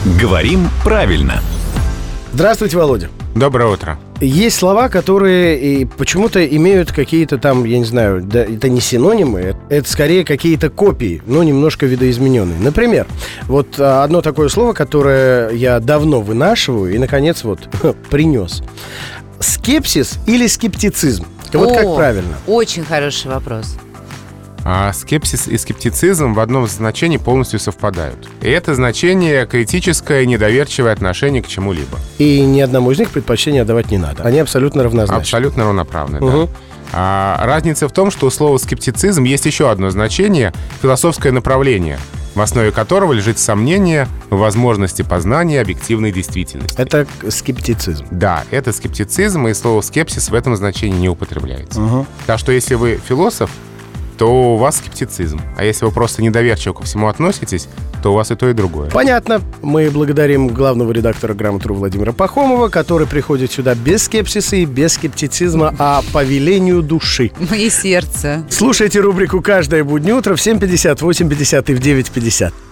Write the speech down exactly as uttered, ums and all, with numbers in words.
Говорим правильно. Здравствуйте, Володя. Доброе утро. Есть слова, которые и почему-то имеют какие-то там, я не знаю, да, это не синонимы, это скорее какие-то копии, но немножко видоизмененные. Например, вот одно такое слово, которое я давно вынашиваю и, наконец, вот принес. Скепсис или скептицизм? Вот О, как правильно? Очень хороший вопрос. А скепсис и скептицизм в одном значении полностью совпадают. И это значение критическое, недоверчивое отношение к чему-либо. И ни одному из них предпочтение отдавать не надо. Они абсолютно равнозначны. Абсолютно равноправны, Угу. да. А разница в том, что у слова скептицизм есть еще одно значение — философское направление, в основе которого лежит сомнение в возможности познания объективной действительности. Это скептицизм. Да, это скептицизм, и слово скепсис в этом значении не употребляется. Угу. Так что если вы философ, то у вас скептицизм. А если вы просто недоверчиво ко всему относитесь, то у вас и то, и другое. Понятно. Мы благодарим главного редактора «Грамотру» Владимира Пахомова, который приходит сюда без скепсиса и без скептицизма, а по велению души. И сердце. Слушайте рубрику «Каждое буднее утро» в семь пятьдесят, восемь пятьдесят и в девять пятьдесят.